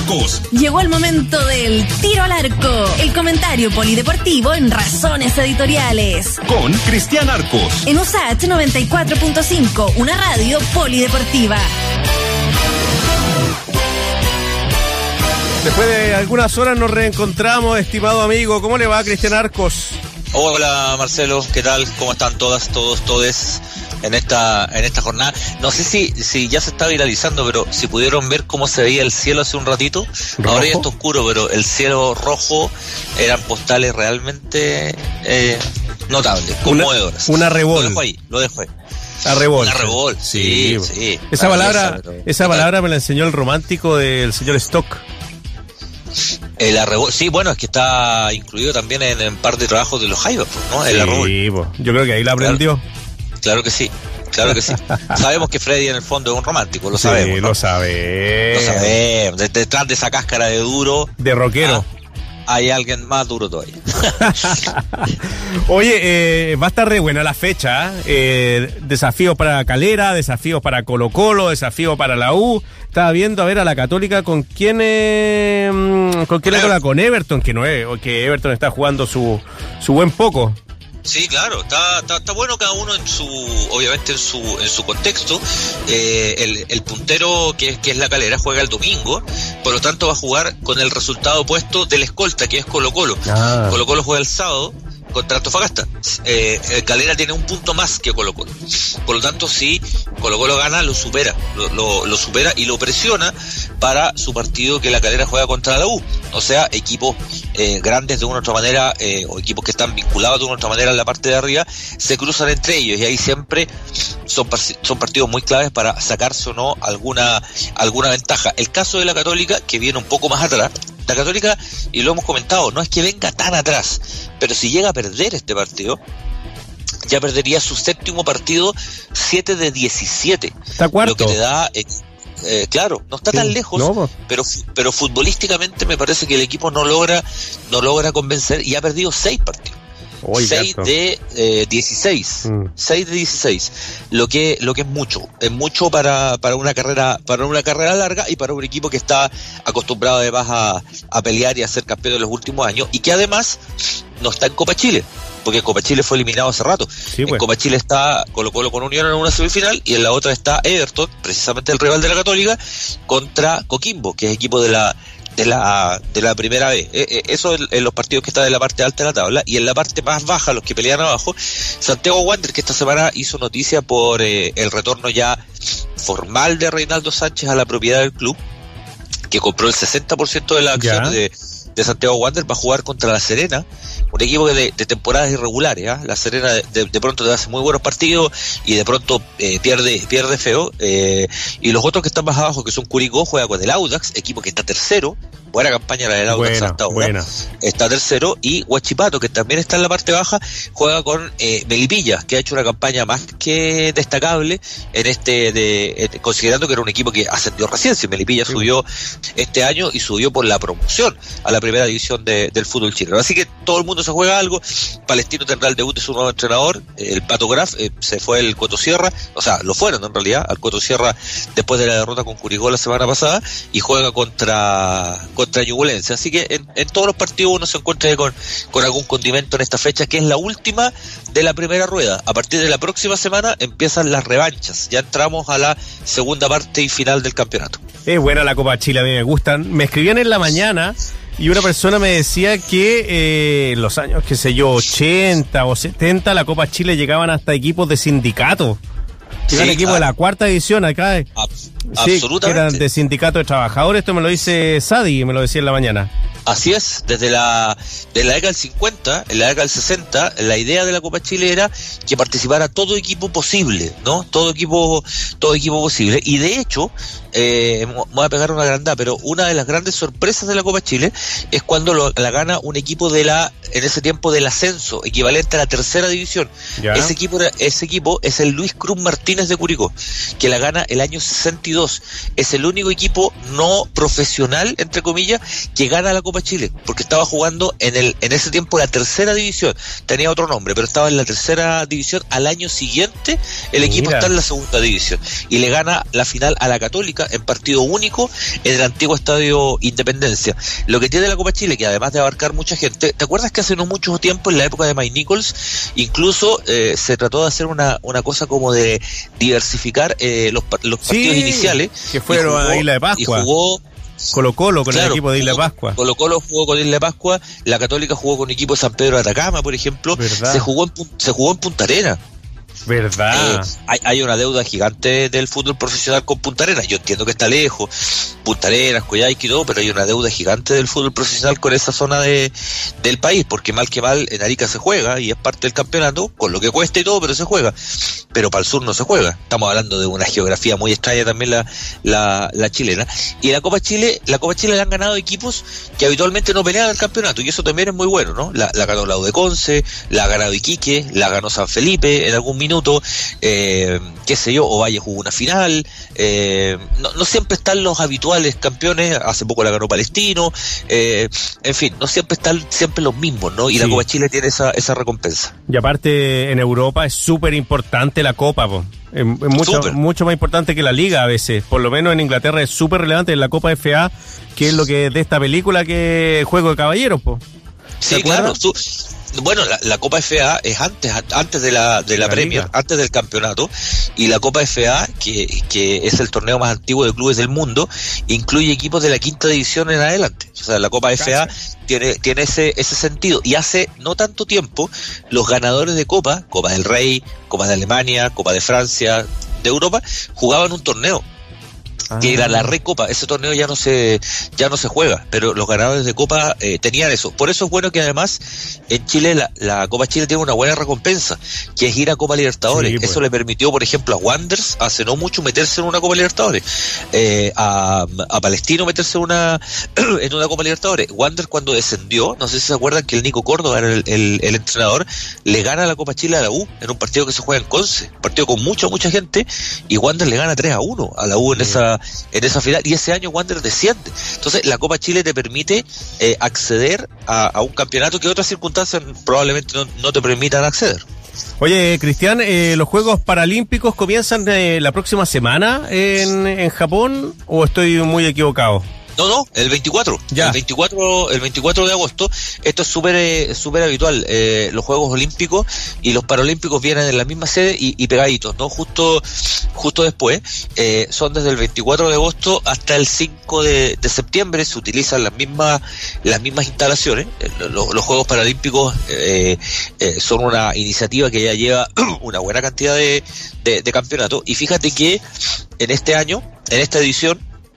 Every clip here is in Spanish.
Arcos. Llegó el momento del tiro al arco, el comentario polideportivo en Razones Editoriales. Con Cristian Arcos. En USACH 94.5, una radio polideportiva. Después de algunas horas nos reencontramos, estimado amigo. ¿Cómo le va, Cristian Arcos? Hola, Marcelo. ¿Qué tal? ¿Cómo están todas, todes en esta jornada? No sé si ya se está viralizando, pero si pudieron ver cómo se veía el cielo hace un ratito. ¿Rojo? Ahora ya está oscuro, pero el cielo rojo eran postales realmente notables, conmovedoras. Una Rebol. Lo dejo ahí. A Rebol. Una Rebol, sí. Esa palabra me la enseñó el romántico del señor Stock. La Rebol, sí, bueno, es que está incluido también en par de trabajos de los Jaivas, ¿no? Sí, la Rebol. Yo creo que ahí la aprendió. Claro que sí. Sabemos que Freddy en el fondo es un romántico, lo sabemos. Sí, ¿no? Lo sabemos. Detrás de esa cáscara de duro, de rockero, hay alguien más duro todavía. Oye, va a estar re buena la fecha. Desafíos para Calera, desafíos para Colo-Colo, desafíos para la U. Estaba viendo a ver a la Católica con quién le toca, con Everton, que Everton está jugando su buen poco. Sí, claro, está bueno cada uno obviamente en su contexto. El puntero que es la Calera juega el domingo, por lo tanto va a jugar con el resultado opuesto del escolta, que es Colo-Colo. Colo-Colo juega el sábado contra Antofagasta. Calera tiene un punto más que Colo-Colo. Por lo tanto, si Colo-Colo gana, lo supera y lo presiona para su partido que la Calera juega contra la U. O sea, equipos grandes de una u otra manera, o equipos que están vinculados de una u otra manera en la parte de arriba, se cruzan entre ellos, y ahí siempre son partidos muy claves para sacarse o no alguna ventaja. El caso de la Católica, que viene un poco más atrás. La Católica, y lo hemos comentado, no es que venga tan atrás, pero si llega a perder este partido, ya perdería su séptimo partido, 7 de 17. Está cuarto. Lo que le da, claro, no está tan lejos, no. pero futbolísticamente me parece que el equipo no logra convencer, y ha perdido 6 partidos. 6 de 16. 6 de 16. Lo que es mucho para una carrera larga, y para un equipo que está acostumbrado además a pelear y a ser campeón en los últimos años, y que además no está en Copa Chile, porque Copa Chile fue eliminado hace rato. Sí, en Copa Chile está Colo-Colo con Unión en una semifinal, y en la otra está Everton, precisamente el rival de la Católica, contra Coquimbo, que es equipo de la primera vez. Eso en los partidos que están en la parte alta de la tabla. Y en la parte más baja, los que pelean abajo, Santiago Wanderers, que esta semana hizo noticia por el retorno ya formal de Reinaldo Sánchez a la propiedad del club, que compró el 60% de las acciones de Santiago Wanderers, va a jugar contra La Serena, un equipo de temporadas irregulares. La Serena de pronto te hace muy buenos partidos y de pronto pierde feo, y los otros que están más abajo, que son Curicó, juega con el Audax, equipo que está tercero. Buena campaña la del Audax hasta ahora. Está tercero. Y Huachipato, que también está en la parte baja, juega con Melipilla, que ha hecho una campaña más que destacable en considerando que era un equipo que ascendió recién. Si Melipilla subió este año, y subió por la promoción a la primera división del fútbol chileno. Así que todo el mundo se juega algo. Palestino tendrá el debut de su nuevo entrenador, el Pato Graf. Se fue el Coto Sierra, o sea, lo fueron en realidad al Coto Sierra después de la derrota con Curicó la semana pasada, y juega contra Ñublense. Así que en todos los partidos uno se encuentra con algún condimento en esta fecha, que es la última de la primera rueda. A partir de la próxima semana empiezan las revanchas. Ya entramos a la segunda parte y final del campeonato. Es buena la Copa Chile, a mí me gustan. Me escribían en la mañana y una persona me decía que en los años, qué sé yo, 80 o 70, la Copa Chile llegaban hasta equipos de sindicato. Eran equipos de la cuarta división acá. Absolutamente. Que eran de sindicato de trabajadores. Esto me lo dice Sadi, me lo decía en la mañana. Así es, de la década del 50, en la década del 60, la idea de la Copa Chile era que participara todo equipo posible, ¿no? Todo equipo posible. Y de hecho, me voy a pegar una agrandada, pero una de las grandes sorpresas de la Copa Chile es cuando la gana un equipo en ese tiempo del ascenso, equivalente a la tercera división. Ese equipo es el Luis Cruz Martínez de Curicó, que la gana el año 62. Es el único equipo no profesional, entre comillas, que gana la Copa Chile, porque estaba jugando en ese tiempo la tercera división. Tenía otro nombre, pero estaba en la tercera división. Al año siguiente el equipo está en la segunda división y le gana la final a la Católica, Católica en partido único en el antiguo Estadio Independencia. Lo que tiene la Copa Chile, que además de abarcar mucha gente, ¿te acuerdas que hace no mucho tiempo, en la época de Mike Nichols, incluso se trató de hacer una cosa como de diversificar los partidos iniciales? Que fueron a Isla de Pascua. Y jugó Colo-Colo con el equipo de Isla de Pascua. Colo-Colo jugó con Isla de Pascua, la Católica jugó con el equipo de San Pedro de Atacama, por ejemplo. ¿Verdad? Se jugó en Punta Arenas. ¿Verdad? Hay una deuda gigante del fútbol profesional con Punta Arenas. Yo entiendo que está lejos, Punta Arenas, Coyhaique y todo, pero hay una deuda gigante del fútbol profesional con esa zona del país, porque mal que mal en Arica se juega y es parte del campeonato, con lo que cuesta y todo, pero se juega. Pero para el sur no se juega. Estamos hablando de una geografía muy extraña también la chilena. Y la Copa Chile la han ganado equipos que habitualmente no pelean el campeonato, y eso también es muy bueno, ¿no? La ganó la U de Conce, la ha ganado Iquique, la ganó San Felipe en algún minuto, qué sé yo, Ovalle jugó una final, no siempre están los habituales campeones, hace poco la ganó Palestino, en fin, no siempre están los mismos, ¿no? Y la Copa Chile tiene esa recompensa. Y aparte en Europa es súper importante la Copa, po. Es mucho más importante que la Liga a veces. Por lo menos en Inglaterra es súper relevante en la Copa FA, que es lo que es de esta película, que es Juego de Caballeros, po. Sí, claro. Bueno, la Copa FA es antes de la Premier, antes del campeonato, y la Copa FA, que es el torneo más antiguo de clubes del mundo, incluye equipos de la quinta división en adelante. O sea, la Copa FA tiene ese sentido. Y hace no tanto tiempo, los ganadores de Copa del Rey, Copa de Alemania, Copa de Francia, de Europa, jugaban un torneo que era la Recopa. Ese torneo ya no se juega, pero los ganadores de Copa tenían eso. Por eso es bueno que además en Chile la Copa Chile tiene una buena recompensa, que es ir a Copa Libertadores. Sí, pues. Eso le permitió, por ejemplo, a Wanderers hace no mucho meterse en una Copa Libertadores, a Palestino meterse en una Copa Libertadores. Wanderers, cuando descendió, no sé si se acuerdan que el Nico Córdoba era el entrenador, le gana la Copa Chile a la U en un partido que se juega en Conce, un partido con mucha gente, y Wanderers le gana 3-1 a la U en esa final, y ese año Wanderers desciende. Entonces la Copa Chile te permite acceder a un campeonato que otras circunstancias probablemente no te permitan acceder. Oye, Cristian, los Juegos Paralímpicos comienzan la próxima semana en Japón, ¿o estoy muy equivocado? No, el 24. Ya. El 24 de agosto. Esto es súper habitual. Los Juegos Olímpicos y los Paralímpicos vienen en la misma sede y pegaditos, ¿no? Justo después. Son desde el 24 de agosto hasta el 5 de septiembre. Se utilizan las mismas instalaciones. Los Juegos Paralímpicos son una iniciativa que ya lleva una buena cantidad de campeonatos. Y fíjate que en este año, en esta edición,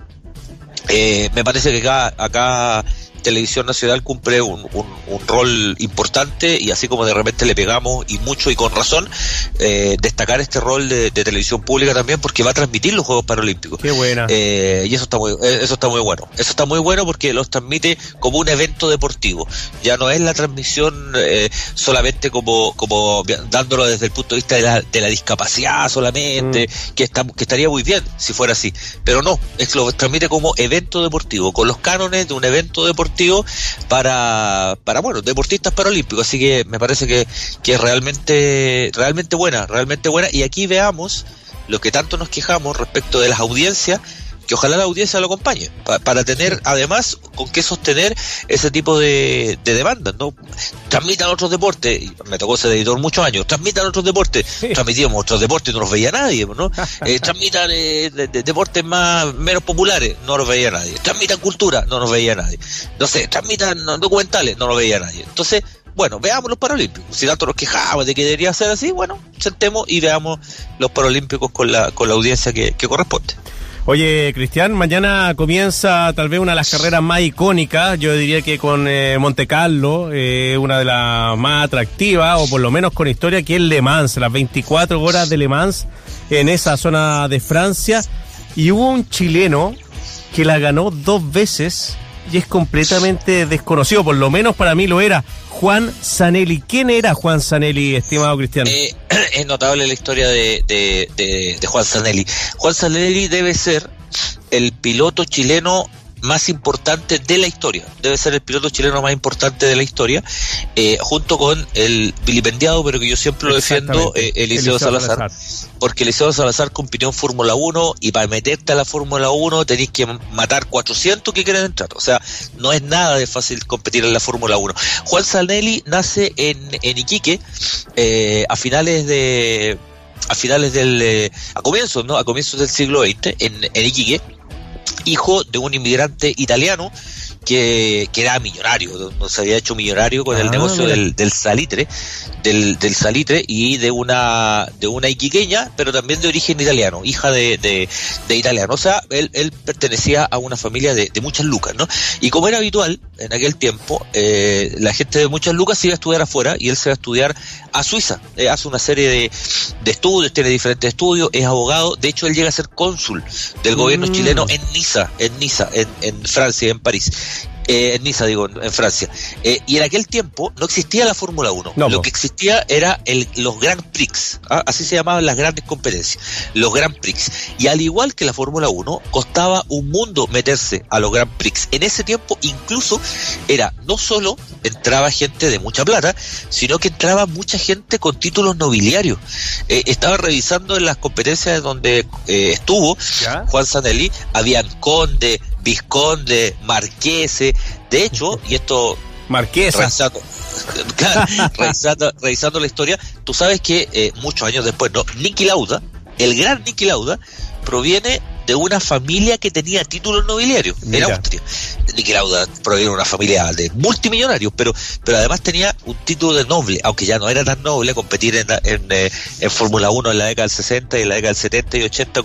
me parece que acá Televisión Nacional cumple un rol importante, y así como de repente le pegamos y mucho y con razón, destacar este rol de televisión pública también, porque va a transmitir los Juegos Paralímpicos. Qué buena. Y eso está muy bueno. Eso está muy bueno porque los transmite como un evento deportivo. Ya no es la transmisión solamente como dándolo desde el punto de vista de la discapacidad solamente, que estaría muy bien si fuera así, pero no, es que lo transmite como evento deportivo, con los cánones de un evento deportivo para deportistas paralímpicos. Así que me parece que es realmente buena, y aquí veamos lo que tanto nos quejamos respecto de las audiencias, que ojalá la audiencia lo acompañe, para tener además con qué sostener ese tipo de demandas, ¿no? Transmitan otros deportes, me tocó ser editor muchos años, transmitan otros deportes, transmitíamos otros deportes y no los veía nadie, ¿no? Transmitan deportes menos populares, no los veía nadie, transmitan cultura, no los veía nadie, no sé, transmitan documentales, no los veía nadie. Entonces, bueno, veamos los Paralímpicos. Si tanto nos quejamos de que debería ser así, bueno, sentemos y veamos los Paralímpicos con la audiencia que corresponde. Oye, Cristian, mañana comienza tal vez una de las carreras más icónicas, yo diría que con Monte Carlo, una de las más atractivas, o por lo menos con historia, que es Le Mans, las 24 horas de Le Mans en esa zona de Francia. Y hubo un chileno que la ganó 2 veces y es completamente desconocido, por lo menos para mí lo era, Juan Zanelli. ¿Quién era Juan Zanelli, estimado Cristian? Es notable la historia de Juan Zanelli. Juan Zanelli debe ser el piloto chileno más importante de la historia. Debe ser el piloto chileno más importante de la historia, junto con el vilipendiado, pero que yo siempre lo defiendo, Eliseo Salazar. Porque Eliseo Salazar compitió en Fórmula 1 y para meterte a la Fórmula 1 tenéis que matar 400 que quieren entrar. O sea, no es nada de fácil competir en la Fórmula 1. Juan Zanelli nace en Iquique a comienzos del siglo XX en Iquique, hijo de un inmigrante italiano que era millonario, no se había hecho millonario con el negocio del salitre y de una iquiqueña, pero también de origen italiano, hija de italiano. O sea, él pertenecía a una familia de muchas lucas, ¿no? Y como era habitual en aquel tiempo, la gente de muchas lucas se iba a estudiar afuera, y él se va a estudiar a Suiza. Hace una serie de estudios, tiene diferentes estudios, es abogado. De hecho, él llega a ser cónsul del gobierno chileno en Niza, en Francia, en París. En Niza, en Francia. Y en aquel tiempo no existía la Fórmula 1. Lo que existía era los Grand Prix. Así se llamaban las grandes competencias. Los Grand Prix. Y al igual que la Fórmula 1, costaba un mundo meterse a los Grand Prix. En ese tiempo, incluso, no solo entraba gente de mucha plata, sino que entraba mucha gente con títulos nobiliarios. Estaba revisando en las competencias donde estuvo Juan Zanelli, habían conde, vizconde, marquese. De hecho, y esto marquesa, revisando la historia, tú sabes que muchos años después, Niki Lauda, el gran Niki Lauda, proviene de una familia que tenía títulos nobiliarios. Mira. En Austria. Niki Lauda proviene de una familia de multimillonarios, pero además tenía un título de noble, aunque ya no era tan noble competir en Fórmula 1 en la década del 60 y en la década del 70 y 80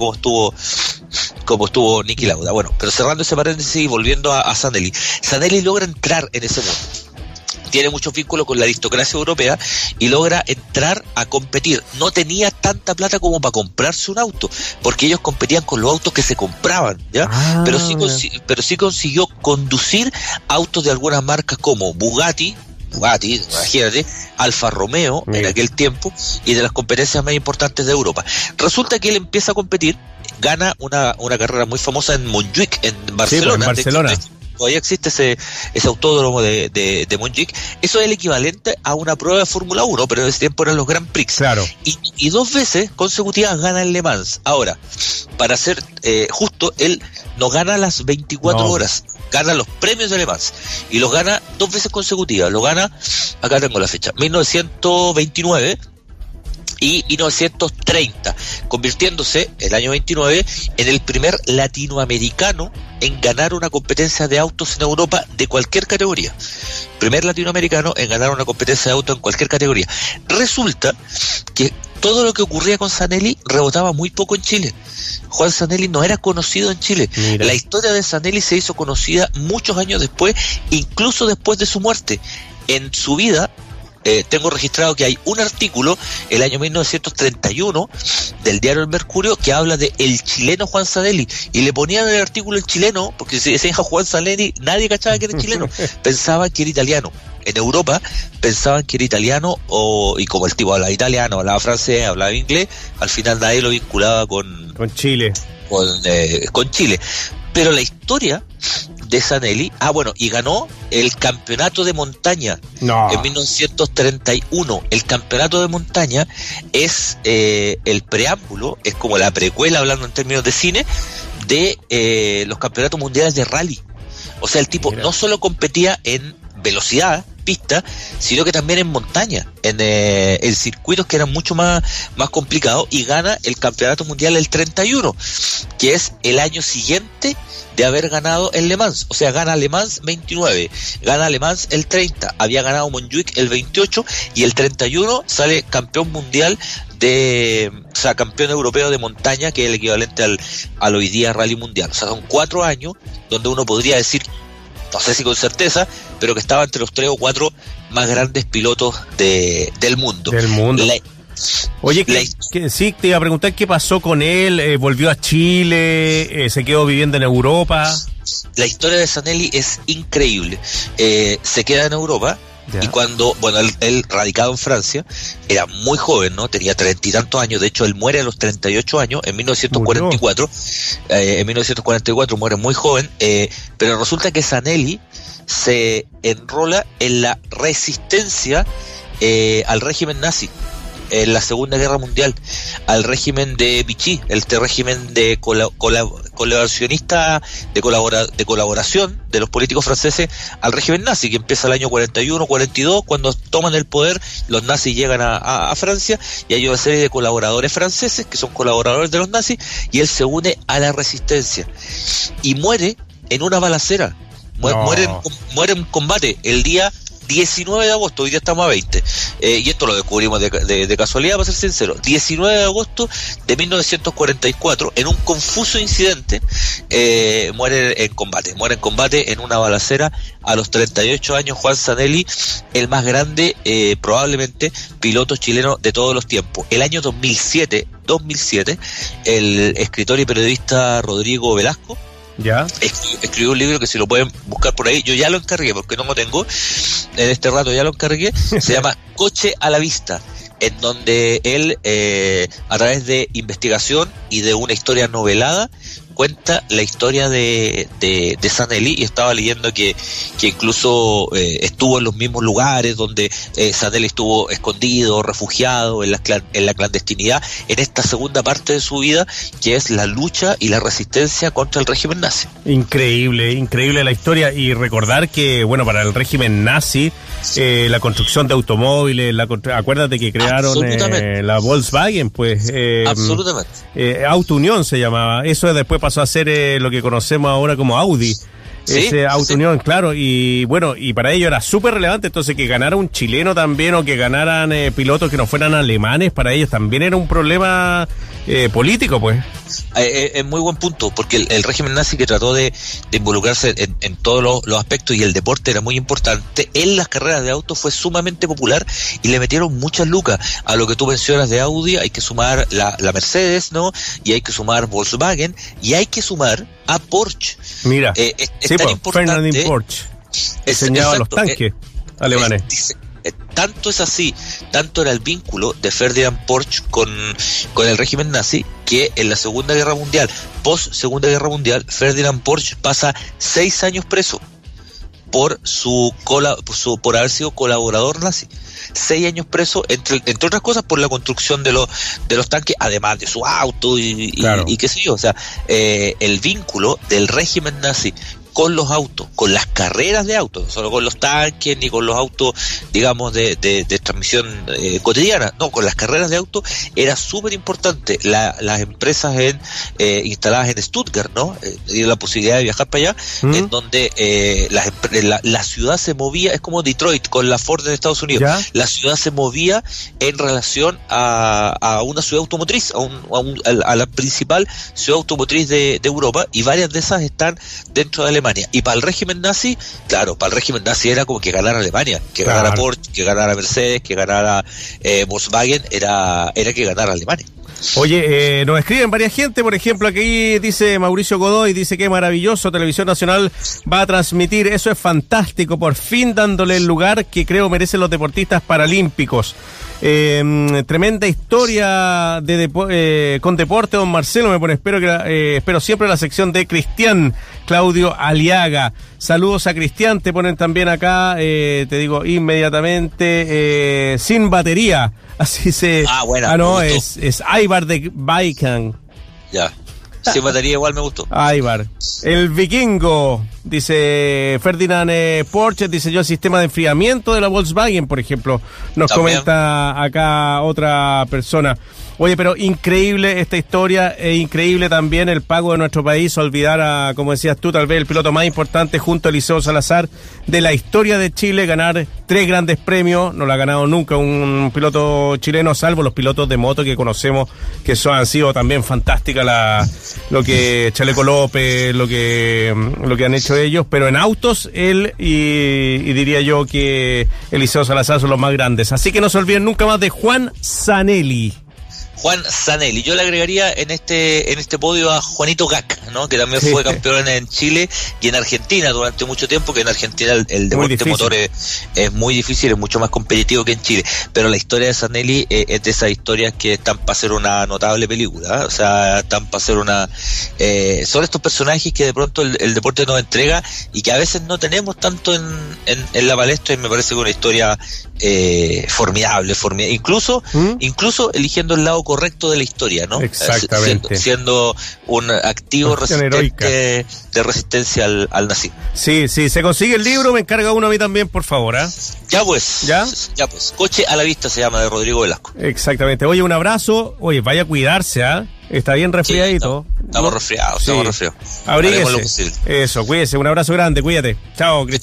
como estuvo Niki Lauda. Bueno, pero cerrando ese paréntesis y volviendo a Zanelli. Zanelli logra entrar en ese mundo. Tiene muchos vínculos con la aristocracia europea y logra entrar a competir. No tenía tanta plata como para comprarse un auto, porque ellos competían con los autos que se compraban, ¿ya? Pero sí consiguió conducir autos de algunas marcas como Bugatti, imagínate, Alfa Romeo en aquel tiempo, y de las competencias más importantes de Europa. Resulta que él empieza a competir, gana una carrera muy famosa en Montjuic, en Barcelona. Sí, en Barcelona. Todavía existe ese autódromo de Montjuic. Eso es el equivalente a una prueba de Fórmula 1, pero en ese tiempo eran los Grand Prix. Claro. Y 2 veces consecutivas gana el Le Mans. Ahora, para ser justo, él no gana las 24 horas, gana los premios de Le Mans, y los gana 2 veces consecutivas. Lo gana, acá tengo la fecha, 1929 y 1930, convirtiéndose el año 29 en el primer latinoamericano en ganar una competencia de autos en Europa de cualquier categoría. Primer latinoamericano en ganar una competencia de autos en cualquier categoría. Resulta que todo lo que ocurría con Zanelli rebotaba muy poco en Chile. Juan Zanelli no era conocido en Chile. Mira. La historia de Zanelli se hizo conocida muchos años después, incluso después de su muerte. En su vida, tengo registrado que hay un artículo, el año 1931, del diario El Mercurio, que habla de el chileno Juan Zanelli, y le ponían el artículo en chileno, porque si decían Juan Zanelli, nadie cachaba que era chileno, pensaban que era italiano. En Europa pensaban que era italiano, y como el tipo hablaba italiano, hablaba francés, hablaba inglés, al final nadie lo vinculaba con Chile. Con Chile. Pero la historia de Zanelli, y ganó el campeonato de montaña en 1931. El campeonato de montaña es el preámbulo, es como la precuela, hablando en términos de cine, de los campeonatos mundiales de rally. O sea, el tipo no solo competía en velocidad, pista, sino que también en montaña, en circuitos que eran mucho más complicados, y gana el campeonato mundial el 31, que es el año siguiente de haber ganado el Le Mans. O sea, gana Le Mans 29, gana Le Mans el 30, había ganado Montjuic el 28, y el 31 sale campeón mundial campeón europeo de montaña, que es el equivalente al hoy día rally mundial. O sea, son 4 años donde uno podría decir, no sé si con certeza, pero que estaba entre los 3 o 4 más grandes pilotos del mundo. Oye, sí, te iba a preguntar qué pasó con él. ¿Volvió a Chile? ¿Se quedó viviendo en Europa? La historia de Zanelli es increíble. Se queda en Europa, Y cuando, él radicado en Francia, era muy joven, ¿no? Tenía 30 y tantos años, de hecho él muere a los 38 años, en 1944, en 1944 muere muy joven, pero resulta que Zanelli se enrola en la resistencia al régimen nazi, en la Segunda Guerra Mundial, al régimen de Vichy, este régimen de colaboracionista, de colaboración de los políticos franceses al régimen nazi, que empieza el año 41-42, cuando toman el poder, los nazis llegan a Francia, y hay una serie de colaboradores franceses, que son colaboradores de los nazis, y él se une a la resistencia, y muere en una balacera, muere en combate, el día 19 de agosto, hoy día estamos a 20, y esto lo descubrimos de casualidad, para ser sincero, 19 de agosto de 1944, en un confuso incidente, muere en combate en una balacera a los 38 años, Juan Zanelli, el más grande, probablemente, piloto chileno de todos los tiempos. El año 2007, el escritor y periodista Rodrigo Velasco, escribió un libro que si lo pueden buscar por ahí, yo ya lo encargué porque no lo tengo, en este rato ya lo encargué, se llama Coche a la Vista, en donde él, a través de investigación y de una historia novelada, cuenta la historia de Zanelli, y estaba leyendo que incluso estuvo en los mismos lugares donde Zanelli estuvo escondido, refugiado en la clandestinidad, en esta segunda parte de su vida, que es la lucha y la resistencia contra el régimen nazi. Increíble la historia, y recordar que, para el régimen nazi, la construcción de automóviles, acuérdate que crearon la Volkswagen, pues. Absolutamente. Auto Unión se llamaba, eso después pasó a ser lo que conocemos ahora como Audi. Ese Auto Unión, claro, y para ello era súper relevante, entonces que ganara un chileno también, o que ganaran pilotos que no fueran alemanes, para ellos también era un problema político, pues. Es muy buen punto, porque el régimen nazi, que trató de involucrarse en todos los aspectos, y el deporte era muy importante, en las carreras de autos fue sumamente popular, y le metieron muchas lucas. A lo que tú mencionas de Audi, hay que sumar la Mercedes, ¿no? Y hay que sumar Volkswagen, y hay que sumar a Porsche. Mira, tan importante, Ferdinand Porsche diseñaba los tanques alemanes. Tanto es así, tanto era el vínculo de Ferdinand Porsche con el régimen nazi, que en la Segunda Guerra Mundial, post Segunda Guerra Mundial, Ferdinand Porsche pasa 6 años preso por haber sido colaborador nazi. 6 años preso, entre otras cosas, por la construcción de los tanques, además de su auto y qué sé yo. O sea, el vínculo del régimen nazi con los autos, con las carreras de autos, no solo con los tanques ni con los autos, digamos, de transmisión cotidiana, no, con las carreras de autos era súper importante. Las empresas instaladas en Stuttgart, ¿no? Dio la posibilidad de viajar para allá, en donde la ciudad se movía, es como Detroit con la Ford en Estados Unidos. ¿Ya? La ciudad se movía en relación a una ciudad automotriz, a la principal ciudad automotriz de Europa, y varias de esas están dentro de Alemania. Y para el régimen nazi, era como que ganara Alemania, que ganara Porsche, que ganara Mercedes, que ganara Volkswagen, era que ganara Alemania. Oye, nos escriben varias gente, por ejemplo, aquí dice Mauricio Godoy, dice que maravilloso, Televisión Nacional va a transmitir, eso es fantástico, por fin dándole el lugar que creo merecen los deportistas paralímpicos. Tremenda historia con deporte, don Marcelo, me pone, espero siempre la sección de Cristian, Claudio Aliaga. Saludos a Cristian, te ponen también acá, te digo inmediatamente, sin batería, así se... es Aibar de Baikan. Ya. Sin batería igual me gustó. Aibar. El vikingo, dice Ferdinand Porsche, diseñó el sistema de enfriamiento de la Volkswagen, por ejemplo. Nos también comenta acá otra persona. Oye, pero increíble esta historia, e increíble también el pago de nuestro país, olvidar a, como decías tú, tal vez el piloto más importante junto a Eliseo Salazar de la historia de Chile, ganar 3 grandes premios, no lo ha ganado nunca un piloto chileno, salvo los pilotos de moto que conocemos, que han sido también fantásticas lo que Chaleco López, lo que han hecho ellos, pero en autos, él y diría yo que Eliseo Salazar son los más grandes. Así que no se olviden nunca más de Juan Zanelli. Juan Zanelli. Yo le agregaría en este podio a Juanito Gac, ¿no? Que también fue campeón en Chile y en Argentina durante mucho tiempo, que en Argentina el deporte motor es muy difícil, es mucho más competitivo que en Chile. Pero la historia de Zanelli es de esas historias que están para hacer una notable película, ¿eh? O sea, están para hacer son estos personajes que de pronto el deporte nos entrega y que a veces no tenemos tanto en la palestra, y me parece que una historia formidable, incluso eligiendo el lado correcto de la historia, ¿no? Exactamente. Siendo un activo resistente de resistencia al nazismo. Sí, se consigue el libro, me encarga uno a mí también, por favor, ¿eh? Ya pues. Coche a la vista se llama, de Rodrigo Velasco. Exactamente. Oye, un abrazo. Oye, vaya a cuidarse, ¿ah? Está bien resfriadito. Estamos resfriados. Abríguese. Eso, cuídese. Un abrazo grande, cuídate. Chao, Cristian.